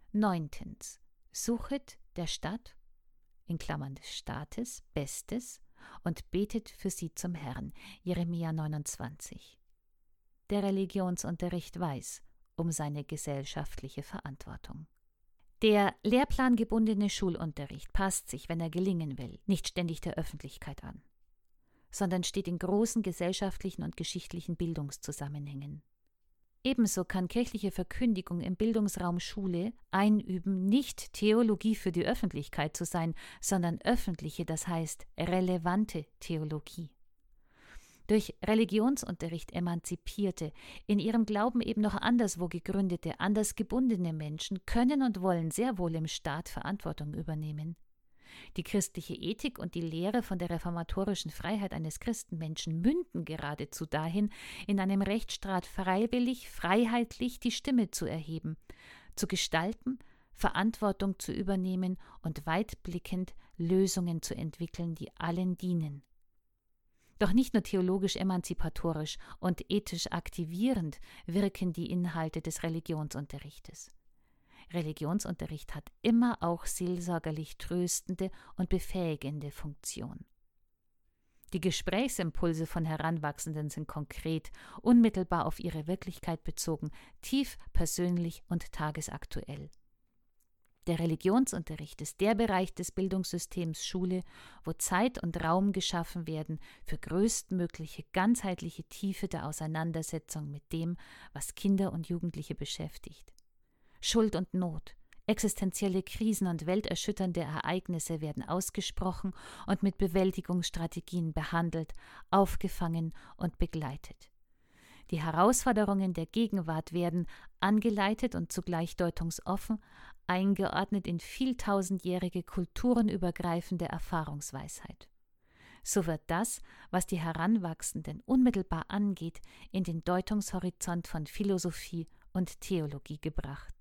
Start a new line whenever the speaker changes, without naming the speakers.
9. Suchet der Stadt, in Klammern des Staates, Bestes und betet für sie zum Herrn, Jeremia 29. Der Religionsunterricht weiß um seine gesellschaftliche Verantwortung. Der lehrplangebundene Schulunterricht passt sich, wenn er gelingen will, nicht ständig der Öffentlichkeit an, sondern steht in großen gesellschaftlichen und geschichtlichen Bildungszusammenhängen. Ebenso kann kirchliche Verkündigung im Bildungsraum Schule einüben, nicht Theologie für die Öffentlichkeit zu sein, sondern öffentliche, das heißt relevante Theologie. Durch Religionsunterricht emanzipierte, in ihrem Glauben eben noch anderswo gegründete, anders gebundene Menschen können und wollen sehr wohl im Staat Verantwortung übernehmen. Die christliche Ethik und die Lehre von der reformatorischen Freiheit eines Christenmenschen münden geradezu dahin, in einem Rechtsstaat freiwillig, freiheitlich die Stimme zu erheben, zu gestalten, Verantwortung zu übernehmen und weitblickend Lösungen zu entwickeln, die allen dienen. Doch nicht nur theologisch emanzipatorisch und ethisch aktivierend wirken die Inhalte des Religionsunterrichtes. Religionsunterricht hat immer auch seelsorgerlich tröstende und befähigende Funktion. Die Gesprächsimpulse von Heranwachsenden sind konkret, unmittelbar auf ihre Wirklichkeit bezogen, tief persönlich und tagesaktuell. Der Religionsunterricht ist der Bereich des Bildungssystems Schule, wo Zeit und Raum geschaffen werden für größtmögliche ganzheitliche Tiefe der Auseinandersetzung mit dem, was Kinder und Jugendliche beschäftigt. Schuld und Not, existenzielle Krisen und welterschütternde Ereignisse werden ausgesprochen und mit Bewältigungsstrategien behandelt, aufgefangen und begleitet. Die Herausforderungen der Gegenwart werden angeleitet und zugleich deutungsoffen, eingeordnet in vieltausendjährige kulturenübergreifende Erfahrungsweisheit. So wird das, was die Heranwachsenden unmittelbar angeht, in den Deutungshorizont von Philosophie und Theologie gebracht.